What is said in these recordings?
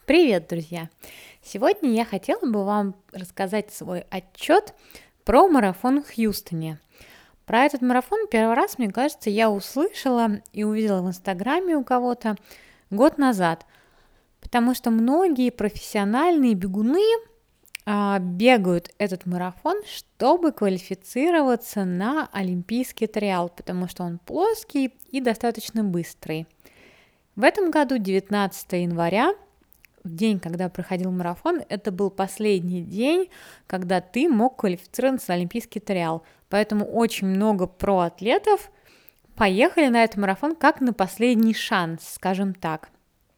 Привет, друзья! Сегодня я хотела бы вам рассказать свой отчет про марафон в Хьюстоне. Про этот марафон первый раз, мне кажется, я услышала и увидела в Инстаграме у кого-то год назад, потому что многие профессиональные бегуны бегают этот марафон, чтобы квалифицироваться на олимпийский триал, потому что он плоский и достаточно быстрый. В этом году, 19 января, в день, когда проходил марафон, это был последний день, когда ты мог квалифицироваться на олимпийский триал. Поэтому очень много проатлетов поехали на этот марафон как на последний шанс, скажем так.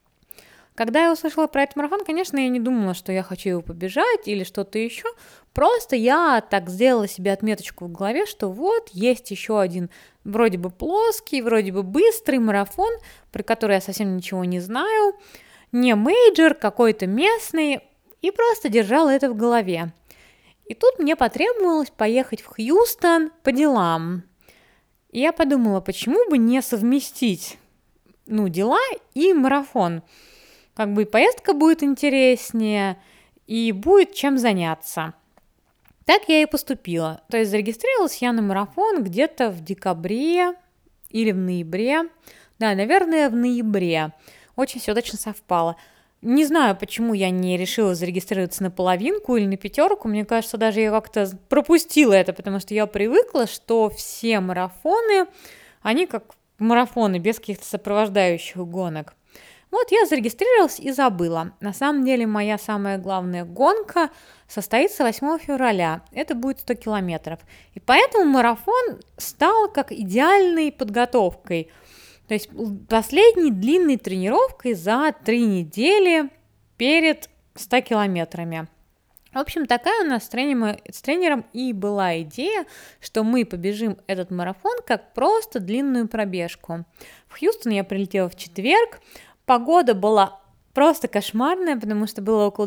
Когда я услышала про этот марафон, конечно, я не думала, что я хочу его побежать или что-то еще. Просто я так сделала себе отметочку в голове, что вот есть еще один вроде бы плоский, вроде бы быстрый марафон, про который я совсем ничего не знаю, не мейджор, какой-то местный, и просто держала это в голове. И тут мне потребовалось поехать в Хьюстон по делам. И я подумала, почему бы не совместить, дела и марафон. Как бы и поездка будет интереснее, и будет чем заняться. Так я и поступила. То есть зарегистрировалась я на марафон где-то в декабре или в ноябре. Да, наверное, в ноябре. Очень все точно совпало. Не знаю, почему я не решила зарегистрироваться на половинку или на пятерку. Мне кажется, даже я как-то пропустила это, потому что я привыкла, что все марафоны, они как марафоны без каких-то сопровождающих гонок. Вот я зарегистрировалась и забыла. На самом деле моя самая главная гонка состоится 8 февраля. Это будет 100 километров. И поэтому марафон стал как идеальной подготовкой. То есть последней длинной тренировкой за 3 недели перед 100 километрами. В общем, такая у нас с тренером и была идея, что мы побежим этот марафон как просто длинную пробежку. В Хьюстон я прилетела в четверг. Погода была просто кошмарная, потому что было около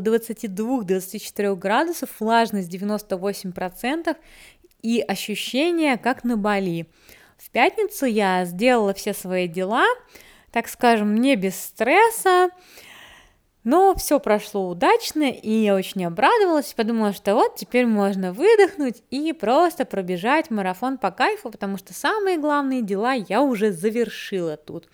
22-24 градусов, влажность 98% и ощущение как на Бали. В пятницу я сделала все свои дела, так скажем, не без стресса, но все прошло удачно, и я очень обрадовалась, подумала, что вот теперь можно выдохнуть и просто пробежать марафон по кайфу, потому что самые главные дела я уже завершила тут.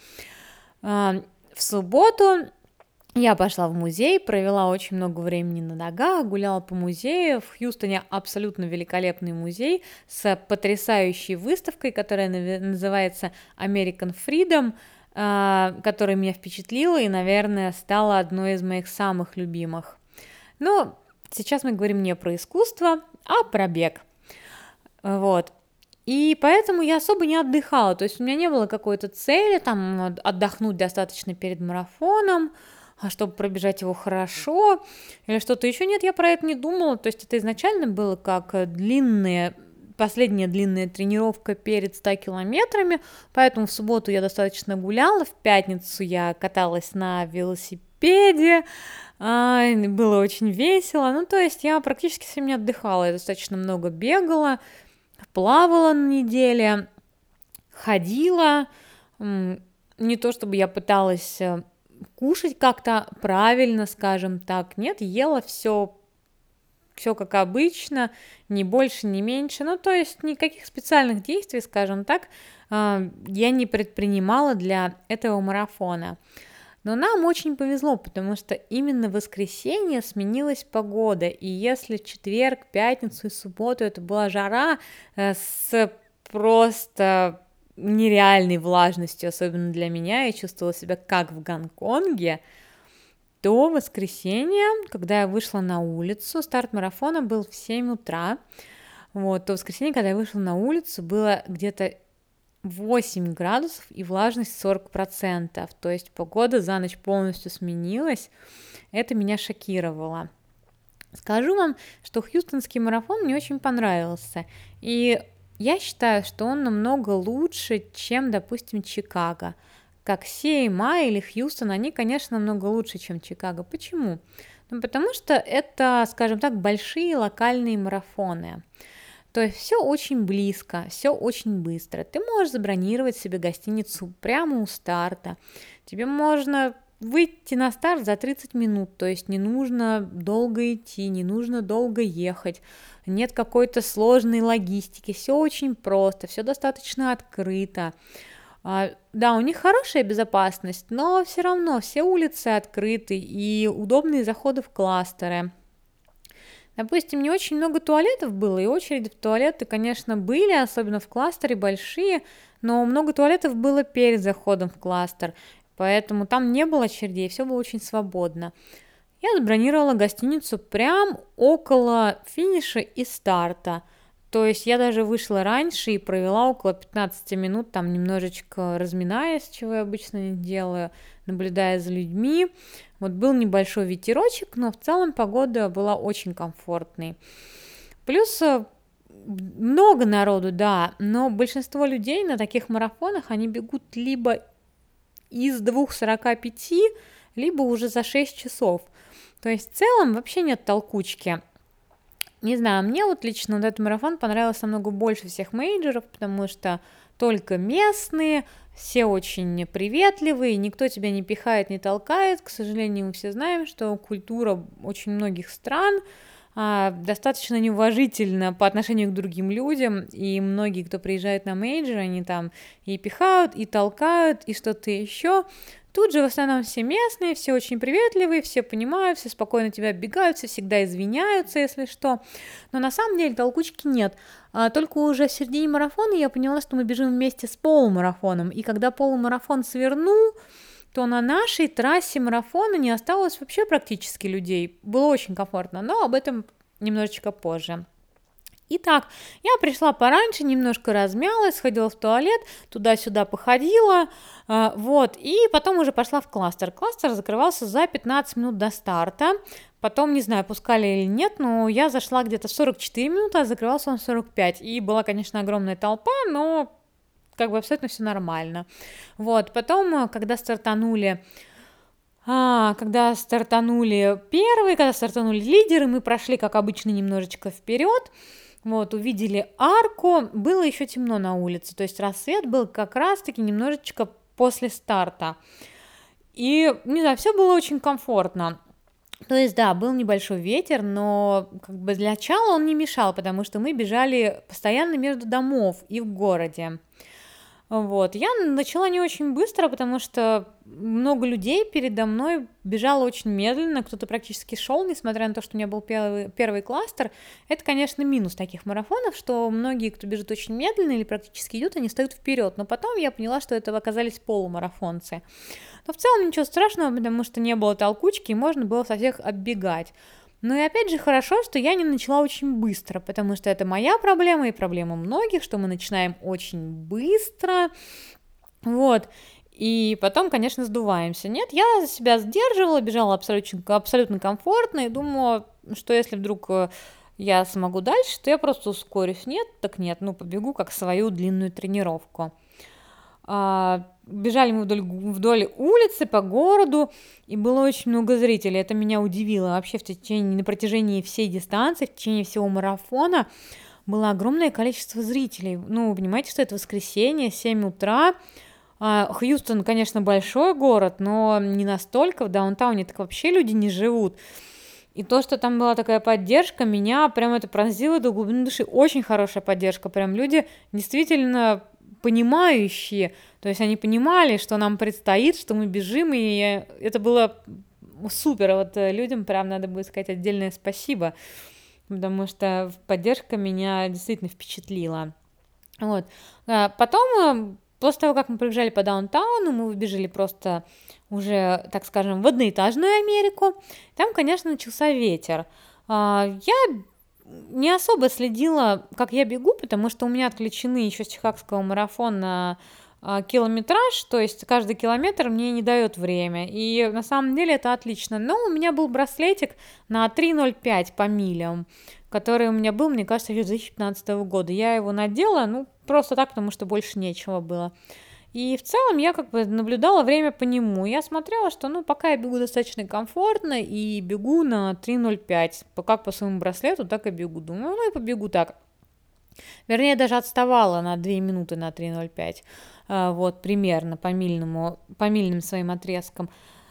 В субботу я пошла в музей, провела очень много времени на ногах, гуляла по музею. В Хьюстоне абсолютно великолепный музей с потрясающей выставкой, которая называется American Freedom, которая меня впечатлила и, наверное, стала одной из моих самых любимых. Но сейчас мы говорим не про искусство, а про бег. Вот. И поэтому я особо не отдыхала, то есть у меня не было какой-то цели там отдохнуть достаточно перед марафоном, чтобы пробежать его хорошо или что-то еще. Нет, я про это не думала, то есть это изначально было как последняя длинная тренировка перед 100 километрами, поэтому в субботу я достаточно гуляла, в пятницу я каталась на велосипеде, было очень весело, то есть я практически совсем не отдыхала, я достаточно много бегала, плавала на неделе, ходила, не то чтобы я пыталась кушать как-то правильно, скажем так, нет, ела все как обычно, ни больше, ни меньше, то есть никаких специальных действий, скажем так, я не предпринимала для этого марафона. Но нам очень повезло, потому что именно в воскресенье сменилась погода, и если четверг, пятницу и субботу это была жара с просто нереальной влажностью, особенно для меня, я чувствовала себя как в Гонконге, то в воскресенье, когда я вышла на улицу, старт марафона был в 7 утра, то в воскресенье, когда я вышла на улицу, было где-то 8 градусов и влажность 40%, то есть погода за ночь полностью сменилась, это меня шокировало. Скажу вам, что хьюстонский марафон мне очень понравился, и я считаю, что он намного лучше, чем, допустим, Чикаго. Как CMI или Хьюстон, они, конечно, намного лучше, чем Чикаго. Почему? Потому что это, скажем так, большие локальные марафоны. То есть все очень близко, все очень быстро. Ты можешь забронировать себе гостиницу прямо у старта. Тебе можно выйти на старт за 30 минут, то есть не нужно долго идти, не нужно долго ехать, нет какой-то сложной логистики, все очень просто, все достаточно открыто. Да, у них хорошая безопасность, но все равно все улицы открыты и удобные заходы в кластеры. Допустим, не очень много туалетов было, и очереди в туалеты, конечно, были, особенно в кластере большие, но много туалетов было перед заходом в кластер, поэтому там не было очередей, все было очень свободно. Я забронировала гостиницу прям около финиша и старта. То есть я даже вышла раньше и провела около 15 минут, там немножечко разминаясь, чего я обычно не делаю, наблюдая за людьми. Вот был небольшой ветерочек, но в целом погода была очень комфортной. Плюс много народу, да, но большинство людей на таких марафонах, они бегут либо из 2:45, либо уже за 6 часов. То есть в целом вообще нет толкучки. Не знаю, мне вот лично вот этот марафон понравился намного больше всех мейджоров, потому что только местные, все очень приветливые, никто тебя не пихает, не толкает. К сожалению, мы все знаем, что культура очень многих стран достаточно неуважительна по отношению к другим людям, и многие, кто приезжает на мейджор, они там и пихают, и толкают, и что-то еще. Тут же в основном все местные, все очень приветливые, все понимают, все спокойно тебя оббегают, все всегда извиняются, если что. Но на самом деле толкучки нет. Только уже в середине марафона я поняла, что мы бежим вместе с полумарафоном. И когда полумарафон свернул, то на нашей трассе марафона не осталось вообще практически людей. Было очень комфортно, но об этом немножечко позже. Итак, я пришла пораньше, немножко размялась, сходила в туалет, туда-сюда походила, вот, и потом уже пошла в кластер. Кластер закрывался за 15 минут до старта, потом, не знаю, пускали или нет, но я зашла где-то в 44 минуты, а закрывался он в 45, и была, конечно, огромная толпа, но как бы абсолютно все нормально. Вот, потом, когда стартанули первые, когда стартанули лидеры, мы прошли, как обычно, немножечко вперед. Вот, увидели арку, было еще темно на улице, то есть рассвет был как раз-таки немножечко после старта. И, не знаю, все было очень комфортно. То есть, да, был небольшой ветер, но как бы для начала он не мешал, потому что мы бежали постоянно между домов и в городе. Вот, я начала не очень быстро, потому что много людей передо мной бежало очень медленно, кто-то практически шел, несмотря на то, что у меня был первый кластер. Это, конечно, минус таких марафонов, что многие, кто бежит очень медленно или практически идут, они встают вперед. Но потом я поняла, что это оказались полумарафонцы. Но в целом ничего страшного, потому что не было толкучки, и можно было со всех оббегать. Ну и опять же хорошо, что я не начала очень быстро, потому что это моя проблема и проблема многих, что мы начинаем очень быстро, вот, и потом, конечно, сдуваемся. Нет, я себя сдерживала, бежала абсолютно комфортно и думала, что если вдруг я смогу дальше, то я просто ускорюсь. Нет, так нет, побегу как свою длинную тренировку. Бежали мы вдоль улицы по городу, и было очень много зрителей. Это меня удивило. Вообще на протяжении всей дистанции, в течение всего марафона было огромное количество зрителей. Вы понимаете, что это воскресенье, 7 утра. Хьюстон, конечно, большой город, но не настолько. В даунтауне так вообще люди не живут. И то, что там была такая поддержка, меня прям это пронзило до глубины души. Очень хорошая поддержка. Прям люди действительно понимающие, то есть они понимали, что нам предстоит, что мы бежим, и это было супер. Вот людям прям надо будет сказать отдельное спасибо, потому что поддержка меня действительно впечатлила. Вот. Потом, после того, как мы пробежали по даунтауну, мы выбежали просто уже, так скажем, в одноэтажную Америку. Там, конечно, начался ветер. Я не особо следила, как я бегу, потому что у меня отключены еще с чикагского марафона километраж, то есть каждый километр мне не дает время, и на самом деле это отлично. Но у меня был браслетик на 3:05 по милям, который у меня был, мне кажется, еще с 2015 года. Я его надела, просто так, потому что больше нечего было. И в целом я как бы наблюдала время по нему. Я смотрела, что пока я бегу достаточно комфортно и бегу на 3:05. Как по своему браслету, так и бегу. Думаю, и побегу так. Вернее, даже отставала на 2 минуты на 3:05. Вот, примерно по мильным своим отрезкам.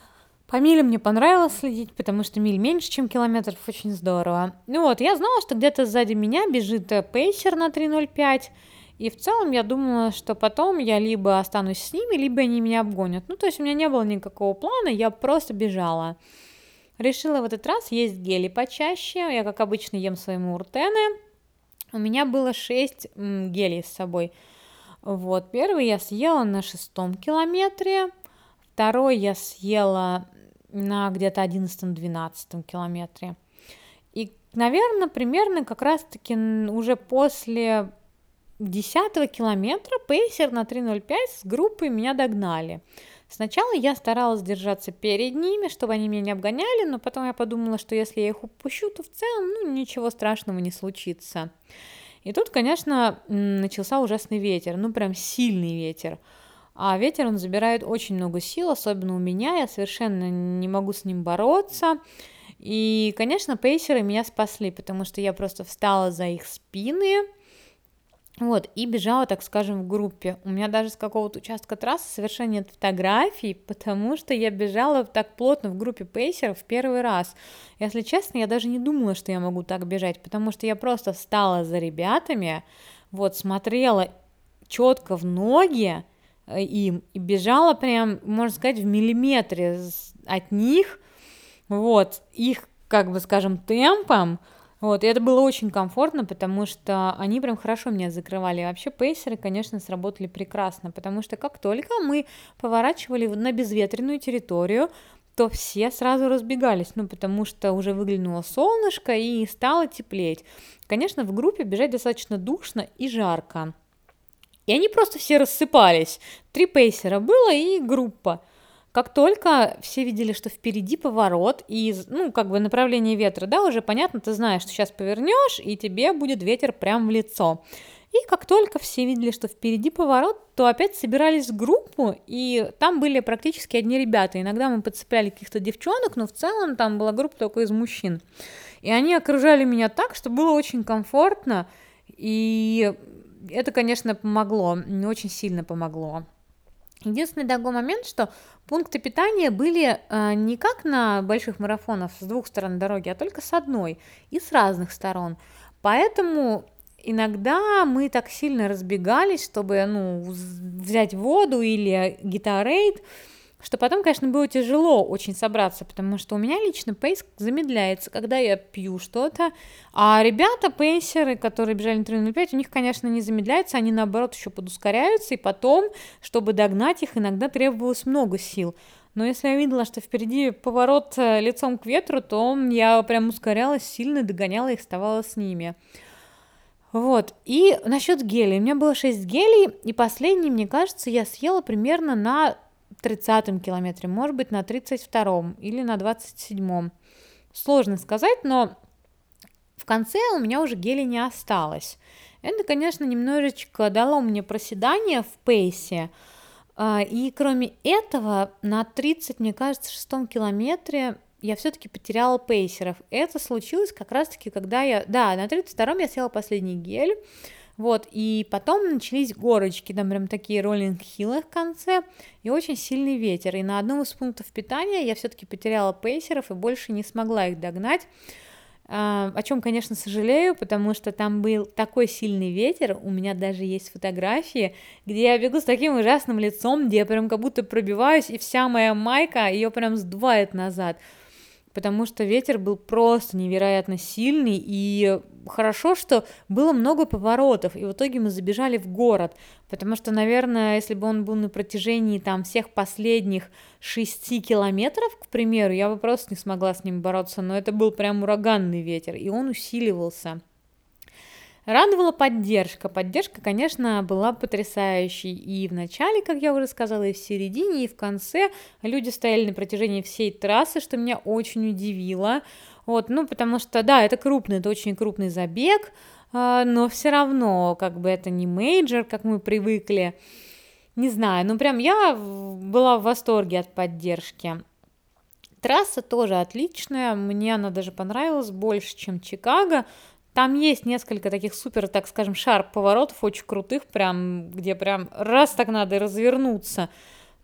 По миле мне понравилось следить, потому что миль меньше, чем километров, очень здорово. Ну вот, я знала, что где-то сзади меня бежит пейсер на 3:05, и в целом я думала, что потом я либо останусь с ними, либо они меня обгонят. Ну, то есть у меня не было никакого плана, я просто бежала. Решила в этот раз есть гели почаще, я, как обычно, ем свои муртены. У меня было 6 гелей с собой. Вот, первый я съела на 6 километре, второй я съела на где-то 11-12 километре. И, наверное, примерно как раз-таки уже после 10 километра пейсер на 3:05 с группой меня догнали. Сначала я старалась держаться перед ними, чтобы они меня не обгоняли, но потом я подумала, что если я их упущу, то в целом, ничего страшного не случится. И тут, конечно, начался ужасный ветер, прям сильный ветер. А ветер, он забирает очень много сил, особенно у меня, я совершенно не могу с ним бороться. И, конечно, пейсеры меня спасли, потому что я просто встала за их спины, вот, и бежала, так скажем, в группе. У меня даже с какого-то участка трассы совершенно нет фотографий, потому что я бежала так плотно в группе пейсеров в первый раз. Если честно, я даже не думала, что я могу так бежать, потому что я просто встала за ребятами, вот, смотрела четко в ноги им и бежала прям, можно сказать, в миллиметре от них, вот, их, как бы скажем, темпом. Вот, и это было очень комфортно, потому что они прям хорошо меня закрывали. И вообще пейсеры, конечно, сработали прекрасно, потому что как только мы поворачивали на безветренную территорию, то все сразу разбегались, потому что уже выглянуло солнышко и стало теплеть. Конечно, в группе бежать достаточно душно и жарко. И они просто все рассыпались. 3 пейсера было и группа. Как только все видели, что впереди поворот и, направление ветра, да, уже понятно, ты знаешь, что сейчас повернешь, и тебе будет ветер прямо в лицо. И как только все видели, что впереди поворот, то опять собирались в группу, и там были практически одни ребята. Иногда мы подцепляли каких-то девчонок, но в целом там была группа только из мужчин. И они окружали меня так, что было очень комфортно, и это, конечно, помогло, очень сильно помогло. Единственный такой момент, что пункты питания были не как на больших марафонах с 2 сторон дороги, а только с одной и с разных сторон. Поэтому иногда мы так сильно разбегались, чтобы взять воду или Gatorade, что потом, конечно, было тяжело очень собраться, потому что у меня лично пейс замедляется, когда я пью что-то, а ребята, пейсеры, которые бежали на 3:05, у них, конечно, не замедляется, они, наоборот, еще подускоряются, и потом, чтобы догнать их, иногда требовалось много сил. Но если я видела, что впереди поворот лицом к ветру, то я прям ускорялась сильно, догоняла их, вставала с ними. Вот, и насчет гелей. У меня было 6 гелей, и последний, мне кажется, я съела примерно на 30 километре, может быть, на 32-м или на 27-м. Сложно сказать, но в конце у меня уже гелей не осталось. Это, конечно, немножечко дало мне проседание в пейсе. И кроме этого, на 30, мне кажется, 6-м километре я все-таки потеряла пейсеров. Это случилось как раз-таки, когда на 32-м я съела последний гель. Вот, и потом начались горочки, там прям такие роллинг-хиллы в конце, и очень сильный ветер. И на одном из пунктов питания я все-таки потеряла пейсеров и больше не смогла их догнать, о чем, конечно, сожалею, потому что там был такой сильный ветер, у меня даже есть фотографии, где я бегу с таким ужасным лицом, где я прям как будто пробиваюсь, и вся моя майка, ее прям сдувает назад. Потому что ветер был просто невероятно сильный, и хорошо, что было много поворотов, и в итоге мы забежали в город, потому что, наверное, если бы он был на протяжении там всех последних 6 километров, к примеру, я бы просто не смогла с ним бороться, но это был прям ураганный ветер, и он усиливался. Радовала поддержка. Поддержка, конечно, была потрясающей и в начале, как я уже сказала, и в середине, и в конце. Люди стояли на протяжении всей трассы, что меня очень удивило. Вот, потому что, да, это очень крупный забег, но все равно, как бы это не мейджор, как мы привыкли. Не знаю, прям я была в восторге от поддержки. Трасса тоже отличная, мне она даже понравилась больше, чем Чикаго. Там есть несколько таких супер, так скажем, шарп-поворотов, очень крутых, прям, где прям раз так надо развернуться.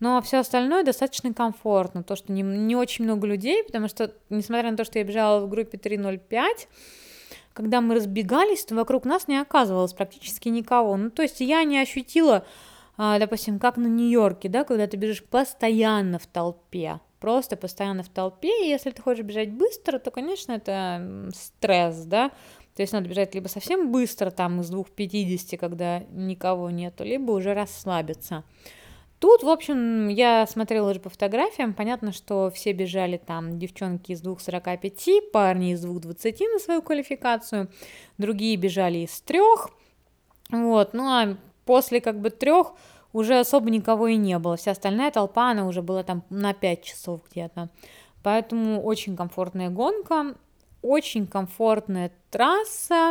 но все остальное достаточно комфортно. То, что не очень много людей, потому что, несмотря на то, что я бежала в группе 3:05, когда мы разбегались, то вокруг нас не оказывалось практически никого. Ну, то есть я не ощутила, допустим, как на Нью-Йорке, да, когда ты бежишь постоянно в толпе, просто постоянно в толпе, и если ты хочешь бежать быстро, то, конечно, это стресс, да, то есть надо бежать либо совсем быстро, там, из 2:50, когда никого нету, либо уже расслабиться. Тут, в общем, я смотрела уже по фотографиям, понятно, что все бежали там девчонки из 2:45, парни из 2:20 на свою квалификацию, другие бежали из 3, вот, ну а после как бы 3 уже особо никого и не было, вся остальная толпа, она уже была там на 5 часов где-то, поэтому очень комфортная гонка, очень комфортная трасса,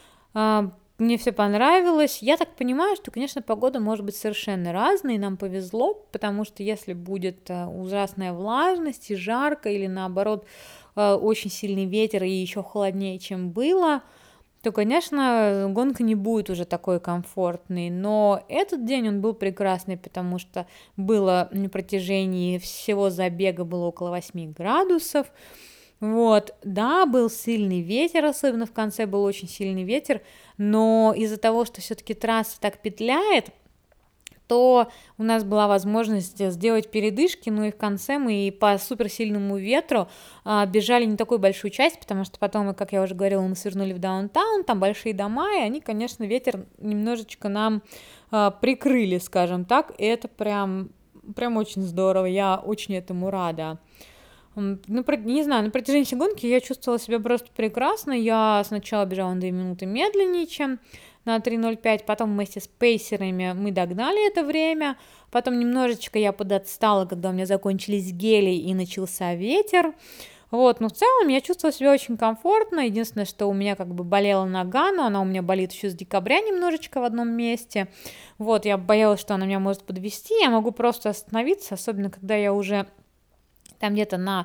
мне все понравилось. Я так понимаю, что, конечно, погода может быть совершенно разной, нам повезло, потому что если будет ужасная влажность и жарко, или наоборот очень сильный ветер и еще холоднее, чем было, то, конечно, гонка не будет уже такой комфортной, но этот день он был прекрасный, потому что было на протяжении всего забега было около 8 градусов, вот, да, был сильный ветер, особенно в конце был очень сильный ветер, но из-за того, что все-таки трасса так петляет, то у нас была возможность сделать передышки, ну и в конце мы по суперсильному ветру бежали не такую большую часть, потому что потом, как я уже говорила, мы свернули в даунтаун, там большие дома, и они, конечно, ветер немножечко нам прикрыли, скажем так, и это прям очень здорово, я очень этому рада. Ну, не знаю, на протяжении всей гонки я чувствовала себя просто прекрасно. Я сначала бежала на 2 минуты медленнее, чем на 3:05, потом вместе с пейсерами мы догнали это время, потом немножечко я подотстала, когда у меня закончились гели и начался ветер. Вот, но в целом я чувствовала себя очень комфортно. Единственное, что у меня как бы болела нога, но она у меня болит еще с декабря немножечко в одном месте. Вот, я боялась, что она меня может подвести. Я могу просто остановиться, особенно когда я уже там где-то на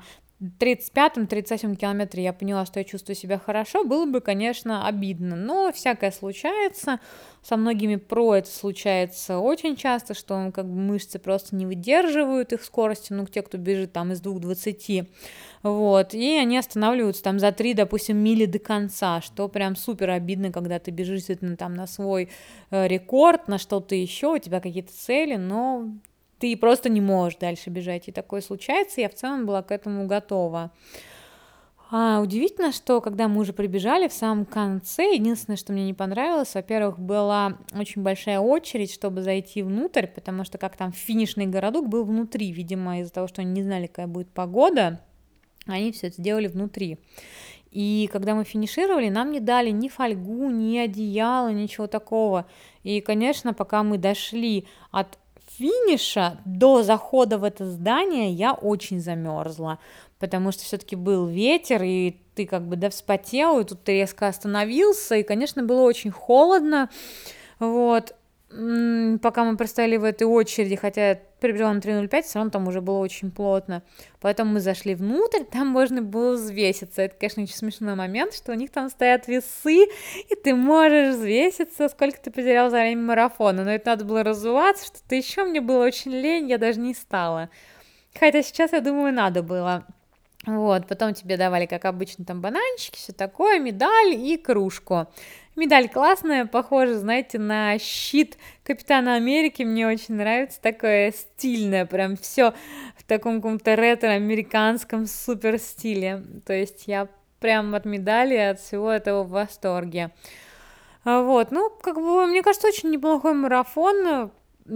35-37 километре я поняла, что я чувствую себя хорошо, было бы, конечно, обидно, но всякое случается, со многими про это случается очень часто, что как бы мышцы просто не выдерживают их скорости, ну, те, кто бежит там из 2:20, вот, и они останавливаются там за 3, допустим, мили до конца, что прям супер обидно, когда ты бежишь действительно там на свой рекорд, на что-то еще, у тебя какие-то цели, но ты просто не можешь дальше бежать, и такое случается, я в целом была к этому готова. Удивительно, что когда мы уже прибежали в самом конце, единственное, что мне не понравилось, во-первых, была очень большая очередь, чтобы зайти внутрь, потому что как там финишный городок был внутри, видимо, из-за того, что они не знали, какая будет погода, они все это сделали внутри. И когда мы финишировали, нам не дали ни фольгу, ни одеяло, ничего такого. И, конечно, пока мы дошли от финиша до захода в это здание, я очень замерзла, потому что все-таки был ветер, и ты как бы вспотел, и тут ты резко остановился, и, конечно, было очень холодно, вот, пока мы простояли в этой очереди, хотя я прибежала на 3:05, все равно там уже было очень плотно, поэтому мы зашли внутрь, там можно было взвеситься, это, конечно, очень смешной момент, что у них там стоят весы, и ты можешь взвеситься, сколько ты потерял за время марафона, но это надо было разуваться, что-то еще, мне было очень лень, я даже не стала, хотя сейчас, я думаю, надо было. Вот, потом тебе давали, как обычно, там бананчики, все такое, медаль и кружку. Медаль классная, похожа, знаете, на щит Капитана Америки, мне очень нравится, такое стильное, прям все в таком каком-то ретро-американском супер стиле. То есть я прям от медали, от всего этого в восторге. Вот, ну, как бы, мне кажется, очень неплохой марафон,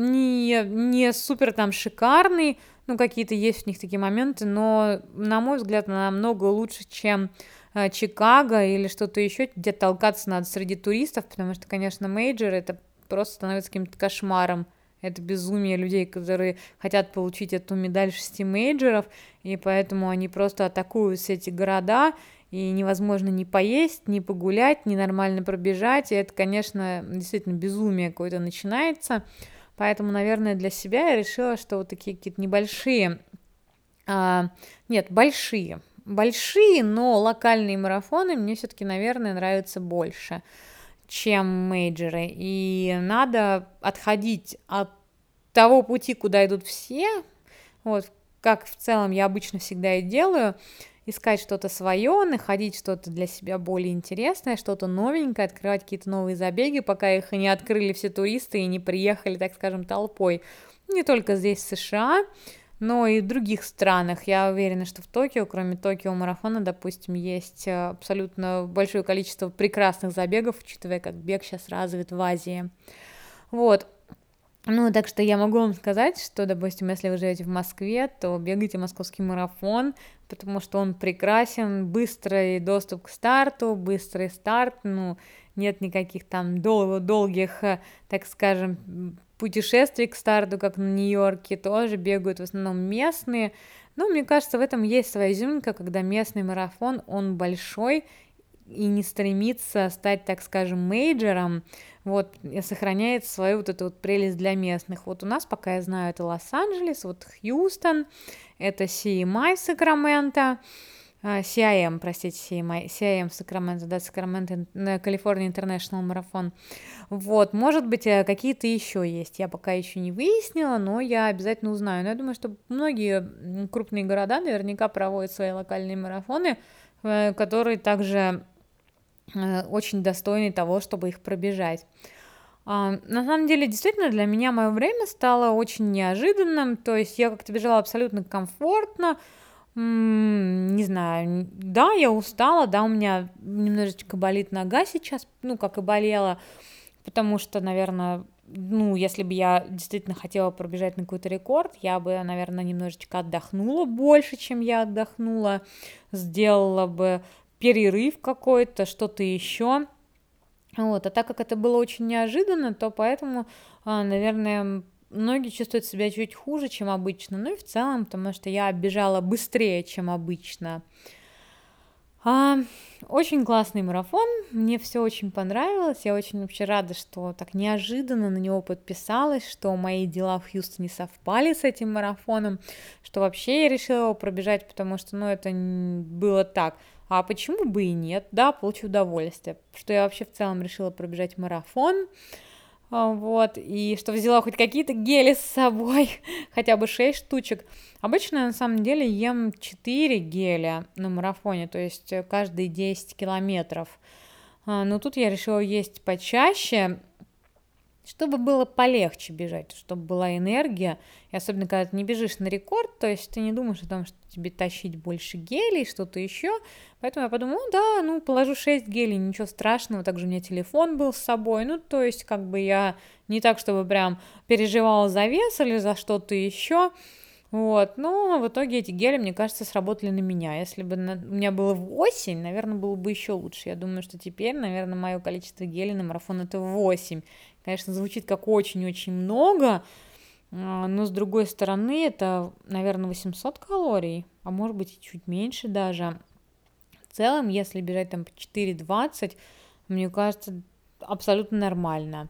не супер там шикарный, ну, какие-то есть в них такие моменты, но, на мой взгляд, намного лучше, чем Чикаго или что-то еще, где толкаться надо среди туристов, потому что, конечно, мейджор это просто становится каким-то кошмаром. Это безумие людей, которые хотят получить эту медаль 6 мейджоров, и поэтому они просто атакуют все эти города, и невозможно ни поесть, ни погулять, ни нормально пробежать, и это, конечно, действительно безумие какое-то начинается. Поэтому, наверное, для себя я решила, что вот такие какие-то небольшие, большие, но локальные марафоны мне все-таки, наверное, нравятся больше, чем мейджоры. И надо отходить от того пути, куда идут все, Вот, как в целом я обычно всегда и делаю, искать что-то свое, находить что-то для себя более интересное, что-то новенькое, открывать какие-то новые забеги, пока их и не открыли все туристы и не приехали, так скажем, толпой. Не только здесь, в США, но и в других странах. Я уверена, что в Токио, кроме Токио марафона, допустим, есть абсолютно большое количество прекрасных забегов, учитывая, как бег сейчас развит в Азии. Вот. Ну, так что я могу вам сказать, что, допустим, если вы живете в Москве, то бегайте московский марафон, потому что он прекрасен, быстрый доступ к старту, быстрый старт, ну, нет никаких там долгих, так скажем, путешествий к старту, как на Нью-Йорке, тоже бегают в основном местные. Ну, мне кажется, в этом есть своя изюминка, когда местный марафон, он большой, и не стремится стать, так скажем, мейджором, вот, и сохраняет свою вот эту вот прелесть для местных. Вот у нас, пока я знаю, это Лос-Анджелес, вот Хьюстон, это CMI Сакраменто, CIM, простите, CIM Сакраменто, да, Сакраменто, Калифорния Интернешнл Марафон. Вот, может быть, какие-то еще есть, я пока еще не выяснила, но я обязательно узнаю. Но я думаю, что многие крупные города наверняка проводят свои локальные марафоны, которые также очень достойны того, чтобы их пробежать. На самом деле, действительно, для меня мое время стало очень неожиданным, то есть я как-то бежала абсолютно комфортно, не знаю, да, я устала, да, у меня немножечко болит нога сейчас, ну, как и болела, потому что, наверное, ну, если бы я действительно хотела пробежать на какой-то рекорд, я бы, наверное, немножечко отдохнула больше, чем я отдохнула, сделала бы перерыв какой-то, что-то еще. Вот, а так как это было очень неожиданно, то поэтому, наверное, многие чувствуют себя чуть хуже, чем обычно. Ну и в целом, потому что я бежала быстрее, чем обычно. Очень классный марафон, мне все очень понравилось, я очень вообще рада, что так неожиданно на него подписалась, что мои дела в Хьюстоне совпали с этим марафоном, что вообще я решила его пробежать, потому что, ну, это было так, а почему бы и нет, да, получу удовольствие, что я вообще в целом решила пробежать марафон, вот, и что взяла хоть какие-то гели с собой, хотя бы 6 штучек. Обычно я на самом деле ем 4 геля на марафоне, то есть каждые 10 километров. Но тут я решила есть почаще, чтобы было полегче бежать, чтобы была энергия, и особенно когда ты не бежишь на рекорд, то есть ты не думаешь о том, что тебе тащить больше гелей, что-то еще, поэтому я подумала, ну да, ну положу 6 гелей, ничего страшного, также у меня телефон был с собой, ну то есть как бы я не так, чтобы прям переживала за вес или за что-то еще, вот, но в итоге эти гели, мне кажется, сработали на меня. Если бы у меня было 8, наверное, было бы еще лучше. Я думаю, что теперь, наверное, мое количество гелей на марафон это 8. Конечно, звучит как очень-очень много, но с другой стороны, это, наверное, 800 калорий, а может быть и чуть меньше даже. В целом, если бежать там по 4:20, мне кажется, абсолютно нормально.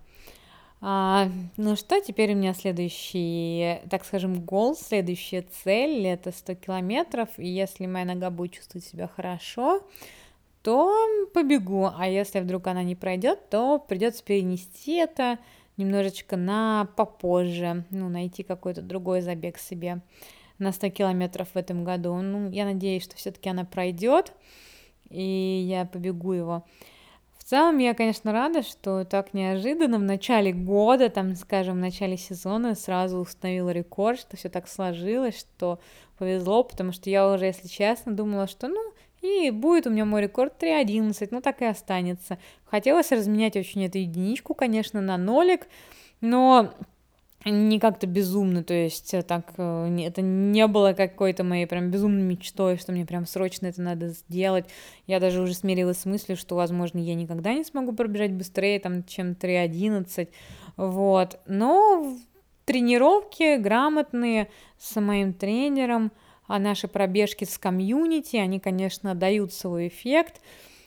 Ну что, теперь у меня следующий, так скажем, гол, следующая цель, это 100 километров, и если моя нога будет чувствовать себя хорошо, то побегу, а если вдруг она не пройдет, то придется перенести это немножечко на попозже, ну, найти какой-то другой забег себе на 100 километров в этом году. Ну, я надеюсь, что все-таки она пройдет, и я побегу его. В целом, я, конечно, рада, что так неожиданно в начале года, там, скажем, в начале сезона сразу установила рекорд, что все так сложилось, что повезло, потому что я уже, если честно, думала, что, ну, и будет у меня мой рекорд 3:11, ну, так и останется. Хотелось разменять очень эту единичку, конечно, на нолик, но не как-то безумно, то есть так, это не было какой-то моей прям безумной мечтой, что мне прям срочно это надо сделать. Я даже уже смирилась с мыслью, что, возможно, я никогда не смогу пробежать быстрее, там, чем 3:11, вот. Но тренировки грамотные с моим тренером, а наши пробежки с комьюнити, они, конечно, дают свой эффект.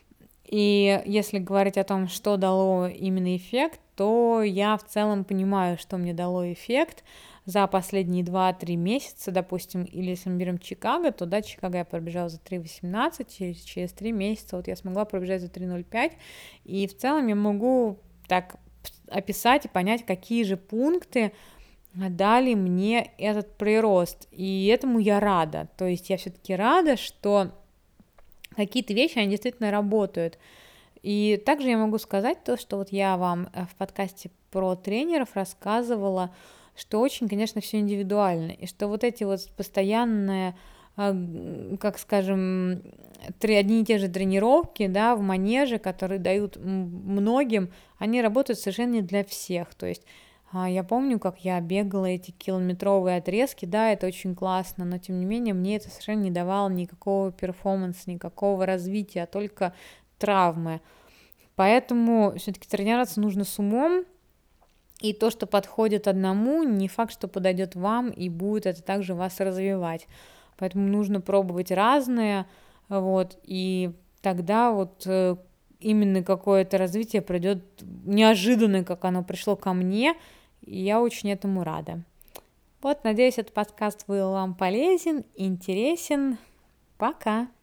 И если говорить о том, что дало именно эффект, то я в целом понимаю, что мне дало эффект за последние 2-3 месяца, допустим, или если мы берем Чикаго, то да, Чикаго я пробежала за 3:18, через 3 месяца вот я смогла пробежать за 3:05, и в целом я могу так описать и понять, какие же пункты дали мне этот прирост, и этому я рада. То есть я все-таки рада, что какие-то вещи, они действительно работают. И также я могу сказать то, что вот я вам в подкасте про тренеров рассказывала, что очень, конечно, все индивидуально, и что вот эти вот постоянные, как скажем, одни и те же тренировки, да, в манеже, которые дают многим, они работают совершенно не для всех. То есть я помню, как я бегала эти километровые отрезки, да, это очень классно, но тем не менее мне это совершенно не давало никакого перформанса, никакого развития, а только травмы. Поэтому все-таки тренироваться нужно с умом, и то, что подходит одному, не факт, что подойдет вам и будет это также вас развивать. Поэтому нужно пробовать разное, вот, и тогда вот именно какое-то развитие придет неожиданно, как оно пришло ко мне, и я очень этому рада. Вот, надеюсь, этот подкаст был вам полезен, интересен. Пока!